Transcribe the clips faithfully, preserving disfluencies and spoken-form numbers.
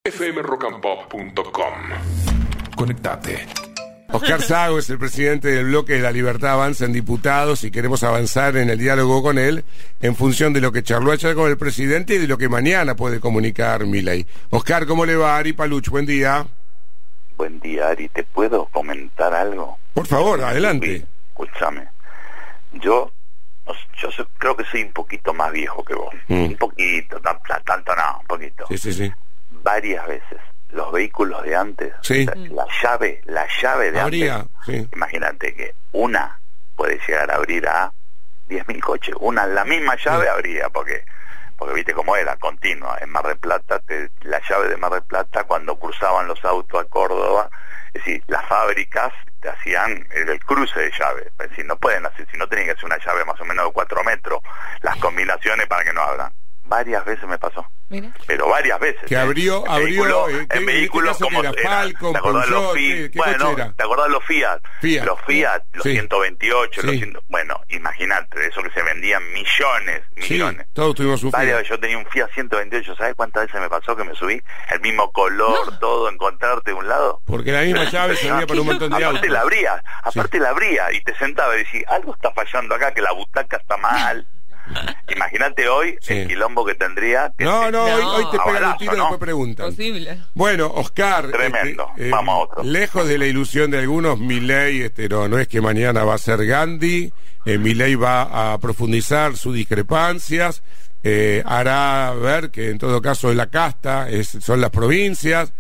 F M rock and pop punto com. Conectate. Oscar Sago es el presidente del bloque de La Libertad Avanza en Diputados y queremos avanzar en el diálogo con él en función de lo que charló ayer con el presidente y de lo que mañana puede comunicar Milei. Oscar, ¿cómo le va? Ari Paluch, buen día. Buen día, Ari. ¿Te puedo comentar algo? Por favor, adelante. Escúchame. Yo, yo soy, creo que soy un poquito más viejo que vos. Mm. Un poquito, tan, tanto no, un poquito. Sí, sí, sí. Varias veces. Los vehículos de antes, sí. la, la llave, la llave de Habría, antes, sí. Imagínate que una puede llegar a abrir a diez mil coches, una, la misma llave sí. abría, porque porque viste cómo era, continua, en Mar del Plata, te, la llave de Mar del Plata, cuando cruzaban los autos a Córdoba, es decir, las fábricas te hacían el, el cruce de llaves, es decir, no pueden hacer, si no tienen que hacer una llave más o menos de cuatro metros, las combinaciones para que no abran. Varias veces me pasó. Mira. Pero varias veces. Que abrió, ¿eh? abrió, vehículo, eh, en vehículos como era Falcon, ¿te acordás Peugeot, los Fiat? ¿qué, qué bueno, era? ¿te acordás los Fiat? Fiat. Los Fiat, los sí. ciento veintiocho, sí. los cien, bueno, imagínate, eso que se vendían millones, millones. Sí, todos tuvimos un Fiat. Fiat. Yo tenía un Fiat ciento veintiocho, ¿sabes cuántas veces me pasó que me subí? El mismo color, no. todo, encontrarte de un lado. Porque la misma llave servía para un montón de aparte autos. la abría, aparte sí. la abría y te sentaba y decís, algo está fallando acá, que la butaca está mal. Imagínate hoy sí. el quilombo que tendría que no, no, no, hoy, hoy te pegan un tiro y ¿no? después preguntan. Posible. Bueno, Oscar, tremendo, este, eh, vamos a otro. Lejos de la ilusión de algunos, Milei, este, no, no es que mañana va a ser Gandhi, eh, Milei va a profundizar sus discrepancias, eh, hará ver que en todo caso la casta es, son las provincias,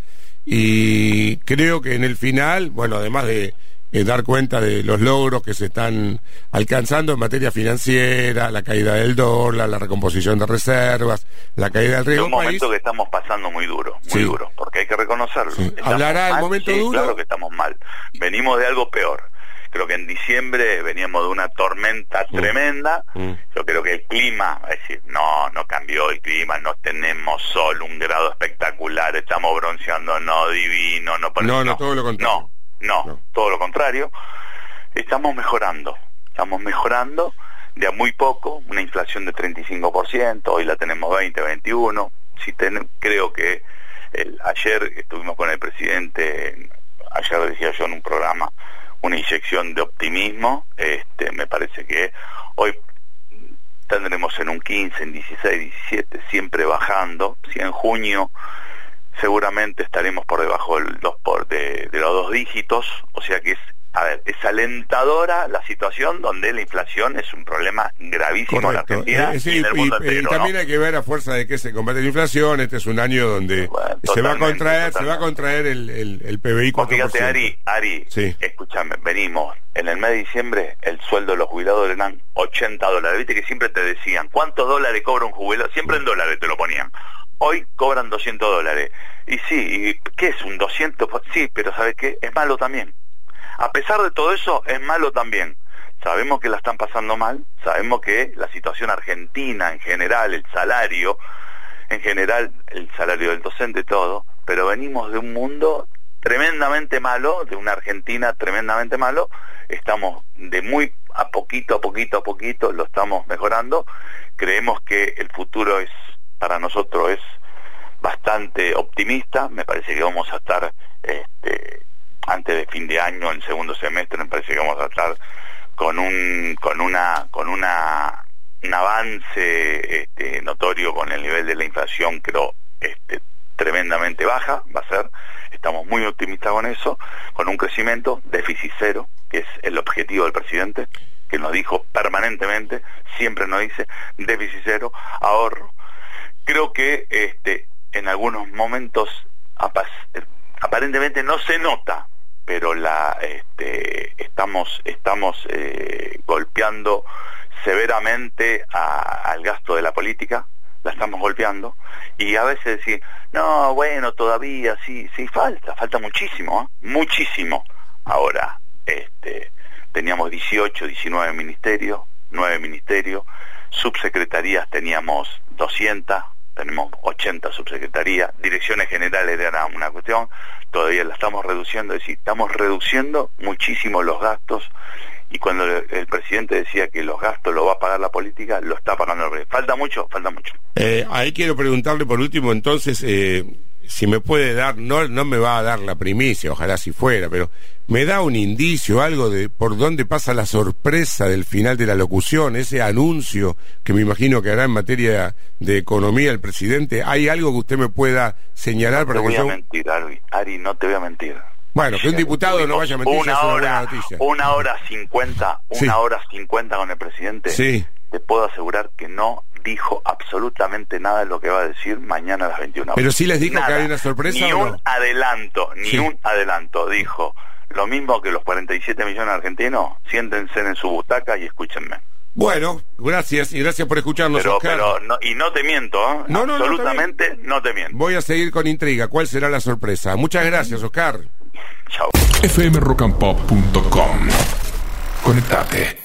y creo que en el final, bueno, además de Eh, dar cuenta de los logros que se están alcanzando en materia financiera, la caída del dólar, la recomposición de reservas, la caída del riesgo. Es un momento país. que estamos pasando muy duro, muy sí. duro, porque hay que reconocerlo. Sí. ¿Hablará el momento sí, duro? Claro que estamos mal. Venimos de algo peor. Creo que en diciembre veníamos de una tormenta mm. tremenda. Mm. Yo creo que el clima, es decir, no, no cambió el clima, no tenemos sol, un grado espectacular, estamos bronceando, no, divino, no... No, no, no todo lo contrario. No. No, no, todo lo contrario. Estamos mejorando, estamos mejorando de a muy poco, una inflación de treinta y cinco por ciento, hoy la tenemos veinte, veintiuno. Si ten, creo que el, ayer estuvimos con el presidente, ayer decía yo en un programa, una inyección de optimismo, este, me parece que hoy tendremos en un quince, en dieciséis, diecisiete, siempre bajando. Si en junio seguramente estaremos por debajo del dos por de, de los dos dígitos, o sea que es, a ver, es alentadora la situación donde la inflación es un problema gravísimo. Correcto. en Argentina eh, sí, y en el mundo y, entero, y también ¿no? hay que ver a fuerza de que se combate la inflación. Este es un año donde bueno, se va a contraer, totalmente. se va a contraer el, el, el P B I cuatro por ciento. Fíjate, Ari, Ari, sí. escúchame, venimos en el mes de diciembre, el sueldo de los jubilados eran ochenta dólares. Viste que siempre te decían, ¿cuántos dólares cobra un jubilado? Siempre en dólares te lo ponían. Hoy cobran doscientos dólares. Y sí, ¿y qué es un doscientos? Sí, pero ¿sabes qué? Es malo también. A pesar de todo eso, es malo también. Sabemos que la están pasando mal, sabemos que la situación argentina en general, el salario, en general, el salario del docente, todo, pero venimos de un mundo tremendamente malo, de una Argentina tremendamente malo, estamos de muy a poquito, a poquito, a poquito, lo estamos mejorando, creemos que el futuro es, para nosotros es bastante optimista, me parece que vamos a estar este, antes de fin de año, en segundo semestre, me parece que vamos a estar con un con una con una un avance este, notorio con el nivel de la inflación, creo este, tremendamente baja, va a ser, estamos muy optimistas con eso, con un crecimiento, déficit cero, que es el objetivo del presidente, que nos dijo permanentemente, siempre nos dice déficit cero, ahorro. Creo que este, en algunos momentos aparentemente no se nota, pero la este, estamos estamos eh, golpeando severamente a, al gasto de la política, la estamos golpeando, y a veces decir, no, bueno, todavía sí, sí falta, falta muchísimo, ¿eh? muchísimo. Ahora, este, teníamos dieciocho, diecinueve ministerios, nueve ministerios, subsecretarías teníamos doscientas, tenemos ochenta subsecretarías, direcciones generales era una cuestión, todavía la estamos reduciendo, es decir, estamos reduciendo muchísimo los gastos, y cuando el, el presidente decía que los gastos lo va a pagar la política, lo está pagando la política. ¿Falta mucho? Falta mucho. Eh, ahí quiero preguntarle por último, entonces, eh, si me puede dar, no, no me va a dar la primicia, ojalá si fuera, pero me da un indicio, algo de por dónde pasa la sorpresa del final de la locución, ese anuncio que me imagino que hará en materia de economía el presidente. ¿Hay algo que usted me pueda señalar para que yo... No te voy a mentir, Ari, Ari, no te voy a mentir. Bueno, que un diputado no vaya a mentir, una ya es una hora, buena noticia. Una hora cincuenta, una sí. hora cincuenta con el presidente. Sí. Te puedo asegurar que no dijo absolutamente nada de lo que va a decir mañana a las veintiuna horas. Pero sí les dijo nada. que hay una sorpresa. Ni ¿o un no? adelanto, ni sí. un adelanto. Dijo lo mismo que los cuarenta y siete millones de argentinos. Siéntense en su butaca y escúchenme. Bueno, gracias y gracias por escucharnos, pero, Oscar. Pero no, y no te miento, ¿eh? no, no, absolutamente no, no te miento. Voy a seguir con intriga. ¿Cuál será la sorpresa? Muchas gracias, Oscar. Chao. f m rock and pop punto com. Conectate.